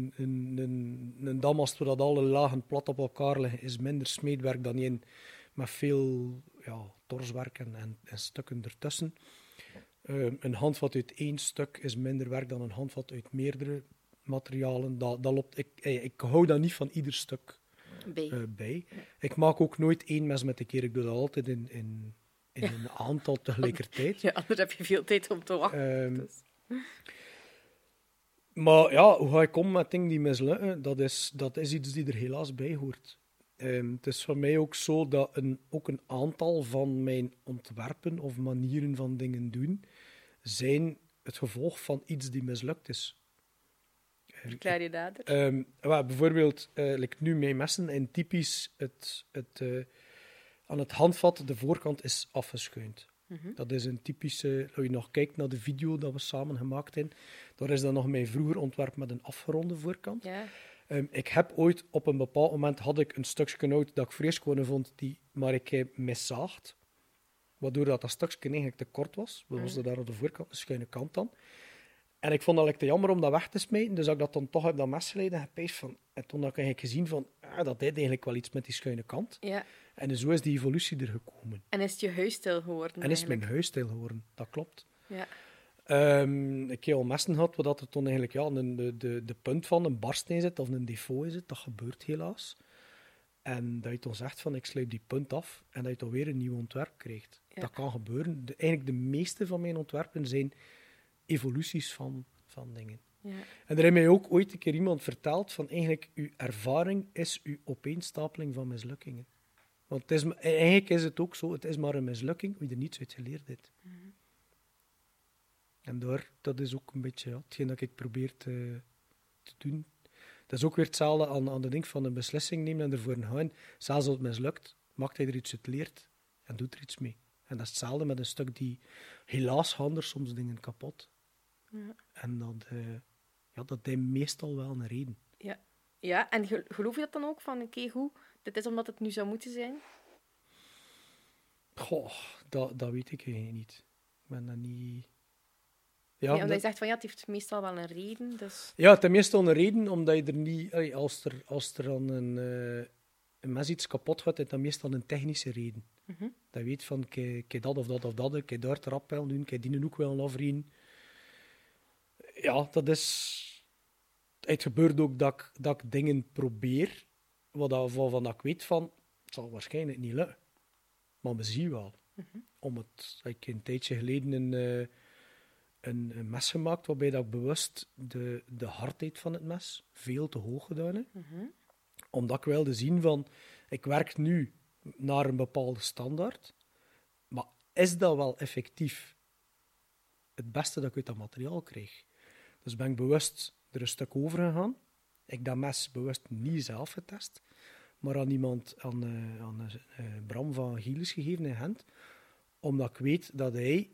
een damast waar alle lagen plat op elkaar liggen, is minder smeedwerk dan één met veel torswerk en stukken ertussen. Een handvat uit 1 stuk is minder werk dan een handvat uit meerdere materialen. Dat loopt, ik hou dat niet van ieder stuk bij. Ik maak ook nooit 1 mes met een keer. Ik doe dat altijd in een aantal tegelijkertijd. Ja, anders heb je veel tijd om te wachten. Maar ja, hoe ga ik om met dingen die mislukken? Dat is iets die er helaas bij hoort. Het is voor mij ook zo dat ook een aantal van mijn ontwerpen of manieren van dingen doen, zijn het gevolg van iets die mislukt is. Verklaar je nader? Bijvoorbeeld, nu mijn messen, en typisch aan het handvat, de voorkant is afgeschuind. Mm-hmm. Dat is een typische, als je nog kijkt naar de video dat we samen gemaakt hebben, daar is dan nog mijn vroeger ontwerp met een afgeronde voorkant. Ja. Ik heb ooit, op een bepaald moment, had ik een stukje hout dat ik vreselijk vond, maar ik heb miszaagd. Waardoor dat stukje eigenlijk te kort was. We hadden daar op de voorkant een schuine kant dan. En ik vond dat te jammer om dat weg te smijten, dus ik dat dan toch op dat mes geleid en gepijst van. En toen had ik eigenlijk gezien van, dat deed eigenlijk wel iets met die schuine kant. Ja. En zo is die evolutie er gekomen. En is het je huisstijl geworden? En is het mijn huisstijl geworden, dat klopt. Ja. Ik heb al messen gehad, waar dat er toen eigenlijk de punt van een barststeen zit, of een default is het. Dat gebeurt helaas. En dat je dan zegt van, ik sluit die punt af, en dat je dan weer een nieuw ontwerp krijgt. Ja. Dat kan gebeuren. Eigenlijk de meeste van mijn ontwerpen zijn evoluties van dingen. Ja. En er heeft mij ook ooit een keer iemand verteld van, eigenlijk, uw ervaring is uw opeenstapeling van mislukkingen. Want eigenlijk is het ook zo, het is maar een mislukking, hoe je er niets uit geleerd hebt. Mm-hmm. En dat is ook een beetje hetgeen dat ik probeer te doen. Dat is ook weer hetzelfde aan de ding van een beslissing nemen en ervoor gaan. Zelfs als het mislukt, maakt hij er iets uit leert en doet er iets mee. En dat is hetzelfde met een stuk die... Helaas gaan er soms dingen kapot. Ja. En dat heeft meestal wel een reden. Ja. Ja, en geloof je dat dan ook? Van, oké, goed, dit is omdat het nu zou moeten zijn? Goh, dat weet ik eigenlijk niet. Ik ben dat niet... Ja, omdat je zegt van, ja, het heeft meestal wel een reden, dus... Ja, het heeft meestal een reden, omdat je er niet... Als er aan een mes iets kapot gaat, is dat meestal een technische reden. Mm-hmm. Dat je weet van, kijk dat of dat of dat, kijk daar te rap wel doen, kijk die ook wel afreden. Ja, dat is... Het gebeurt ook dat ik dingen probeer, waarvan ik weet van, het zal waarschijnlijk niet lukken. Maar we zien wel. Mm-hmm. Ik heb een tijdje geleden een mes gemaakt, waarbij dat ik bewust de hardheid van het mes veel te hoog gedaan heb. Mm-hmm. Omdat ik wilde zien van, ik werk nu naar een bepaalde standaard, maar is dat wel effectief het beste dat ik uit dat materiaal krijg? Dus ben ik bewust er een stuk over gegaan. Ik dat mes bewust niet zelf getest, maar aan iemand, aan Bram van Gielis gegeven in Gent, omdat ik weet dat hij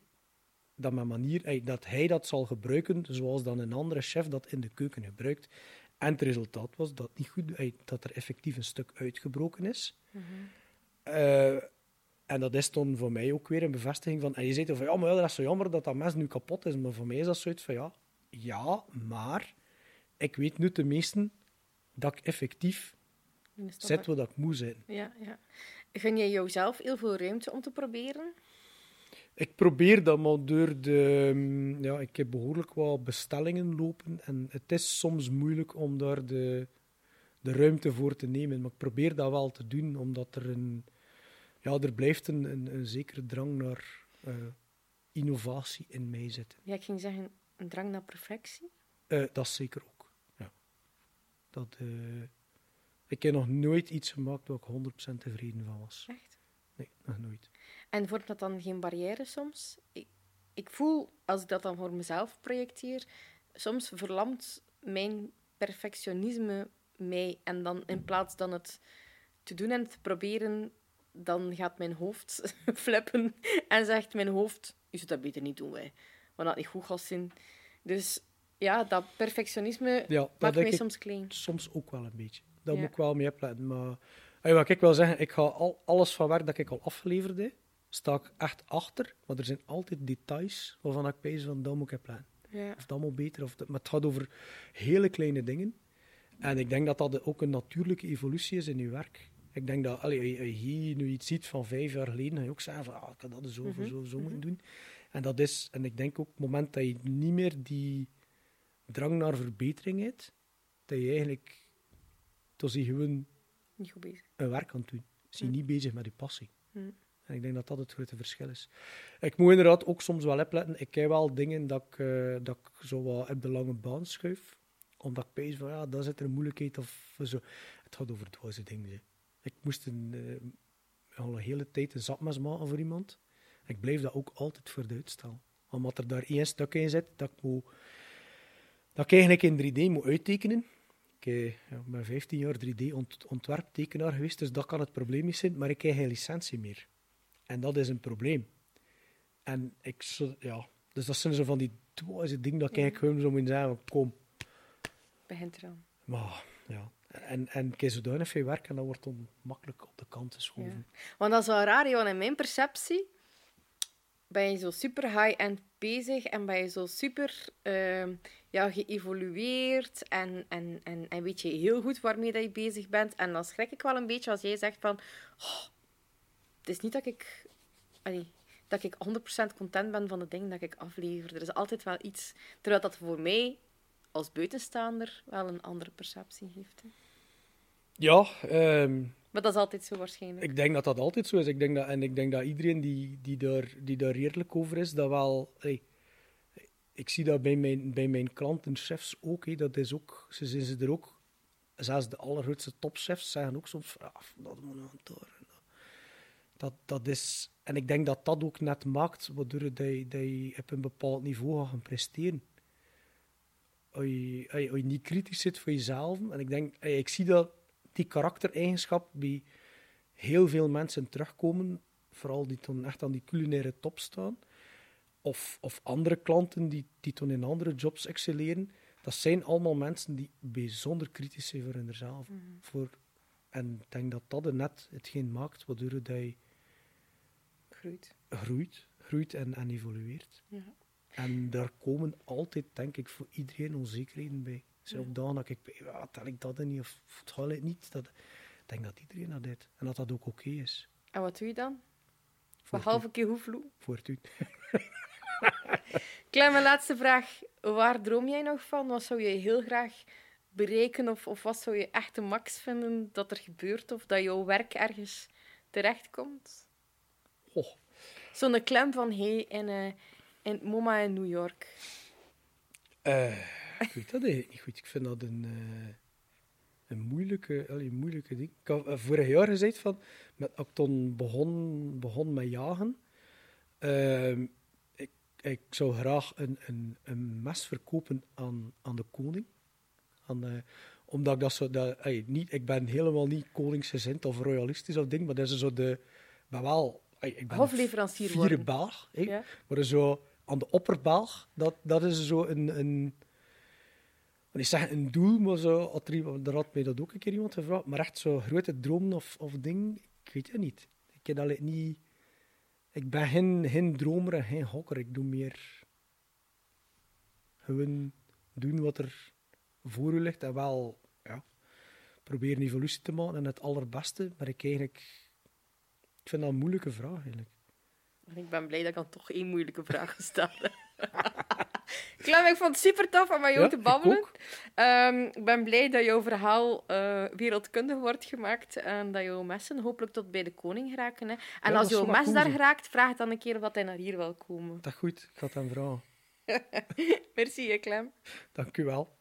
dat zal gebruiken zoals dan een andere chef dat in de keuken gebruikt. En het resultaat was dat niet goed, dat er effectief een stuk uitgebroken is. Mm-hmm. En dat is dan voor mij ook weer een bevestiging van... En je zegt van, ja, maar dat is zo jammer dat dat mes nu kapot is. Maar voor mij is dat zoiets van, ja, maar ik weet nu tenminste dat ik effectief zit wat ik moet zijn. Ja, ja. Gun jij jouzelf heel veel ruimte om te proberen? Ik probeer dat, maar door ik heb behoorlijk wat bestellingen lopen en het is soms moeilijk om daar de ruimte voor te nemen. Maar ik probeer dat wel te doen, omdat er blijft een zekere drang naar innovatie in mij zitten. Ja, ik ging zeggen, een drang naar perfectie? Dat is zeker ook, ja. Ik heb nog nooit iets gemaakt waar ik 100% tevreden van was. Echt? Nee, nog nooit. En vormt dat dan geen barrière soms? Ik voel, als ik dat dan voor mezelf projecteer, soms verlamt mijn perfectionisme mij. En dan in plaats dan het te doen en te proberen, dan gaat mijn hoofd flippen en zegt mijn hoofd, je zou dat beter niet doen, want dat niet goed gaat zijn. Dus ja, dat perfectionisme maakt mij soms klein. Soms ook wel een beetje. Daar Ja. moet ik wel mee opletten. Maar wat ik wil zeggen, ik ga alles van werk dat ik al afgeleverd heb, sta ik echt achter. Maar er zijn altijd details waarvan ik bezig van, dat moet ik opletten. Ja. Of dat moet beter. Maar het gaat over hele kleine dingen. En ik denk dat dat ook een natuurlijke evolutie is in je werk. Ik denk dat, als je hier nu iets ziet van 5 jaar geleden, dan je ook zeggen van, ik had dat zo moeten doen. En ik denk ook, op het moment dat je niet meer die drang naar verbetering hebt, dat je eigenlijk, toch zie je gewoon Niet goed bezig. een werk aan het doen. Zie je niet bezig met je passie. Mm. En ik denk dat dat het grote verschil is. Ik moet inderdaad ook soms wel opletten. Ik heb wel dingen dat ik zo wat op de lange baan schuif. Omdat ik pees van, daar zit er een moeilijkheid of zo. Het gaat over dwaze dingen. Hè. Ik moest al een hele tijd een zakmes maken voor iemand. Ik blijf dat ook altijd voor de uitstel. Omdat er daar 1 stuk in zit dat ik eigenlijk in 3D moet uittekenen. Ik ben 15 jaar 3D-ontwerptekenaar geweest, dus dat kan het probleem niet zijn, maar ik heb geen licentie meer. En dat is een probleem. En dus dat zijn zo van die dwaze dingen dat ik eigenlijk gewoon zo moet zeggen, kom. Begint eraan. Maar, ja. En ik heb zodanig veel werk en dat wordt dan makkelijk op de kant geschoven. Ja. Want dat is wel raar, want in mijn perceptie ben je zo super high-end bezig en ben je zo super geëvolueerd en weet je heel goed waarmee dat je bezig bent. En dan schrik ik wel een beetje als jij zegt van... Oh, het is niet dat ik 100% content ben van de dingen dat ik aflever. Er is altijd wel iets... Terwijl dat voor mij, als buitenstaander, wel een andere perceptie heeft. Hè. Ja, Maar dat is altijd zo waarschijnlijk. ik denk dat dat altijd zo is. Ik denk dat iedereen die daar eerlijk over is, dat wel... Hey, ik zie dat bij mijn klanten, chefs ook. Hey, dat is ook ze zijn ze er ook... Zelfs de allergrootste topchefs zeggen ook soms... Dat moet nog dat is... En ik denk dat dat ook net maakt, waardoor je op een bepaald niveau gaat gaan presteren. Als je niet kritisch zit voor jezelf. En ik denk... ik zie dat die karaktereigenschap bij heel veel mensen terugkomen, vooral die toen echt aan die culinaire top staan, of andere klanten die toen in andere jobs excelleren, dat zijn allemaal mensen die bijzonder kritisch zijn voor hunzelf. En ik denk dat dat net hetgeen maakt waardoor je groeit en evolueert. Ja. En daar komen altijd, denk ik, voor iedereen onzekerheden bij. Zijn op dagen dat ik, tel ik dat niet of tel ik niet? Ik denk dat iedereen dat deed. En dat dat ook oké is. En wat doe je dan? Behalve een keer hoefloe? Voortuit. Kleine laatste vraag. Waar droom jij nog van? Wat zou je heel graag bereiken? Of wat zou je echt de max vinden dat er gebeurt? Of dat jouw werk ergens terechtkomt? Oh. Zo'n klem van in MoMA in New York. Ik weet dat eigenlijk niet goed. Ik vind dat een moeilijke ding. Ik had vorig jaar gezegd van, als ik toen begon met jagen, ik zou graag een mes verkopen aan de koning. Omdat ik dat zo... ik ben helemaal niet koningsgezind of royalistisch of ding, maar dat is zo de... Ben wel... Ik ben Hofleverancier vierde worden. Belg. Ja. Maar zo aan de opperbelg, dat is zo een ik zeg een doel, maar zo, daar had mij dat ook een keer iemand gevraagd. Maar echt zo grote dromen of ding, ik weet het niet. Ik heb dat niet... Ik ben geen dromer en geen hokker. Ik doe meer gewoon doen wat er voor u ligt. En wel, proberen evolutie te maken en het allerbeste. Maar ik vind dat een moeilijke vraag, eigenlijk. Ik ben blij dat ik dan toch één moeilijke vraag gesteld heb. Clem, ik vond het super tof om met jou te babbelen. Ik ben blij dat jouw verhaal wereldkundig wordt gemaakt en dat jouw messen hopelijk tot bij de koning geraken. Hè. En als jouw mes daar geraakt, vraag dan een keer of hij naar hier wil komen. Dat goed, ik ga het hem vragen. Merci, Clem. Dank u wel.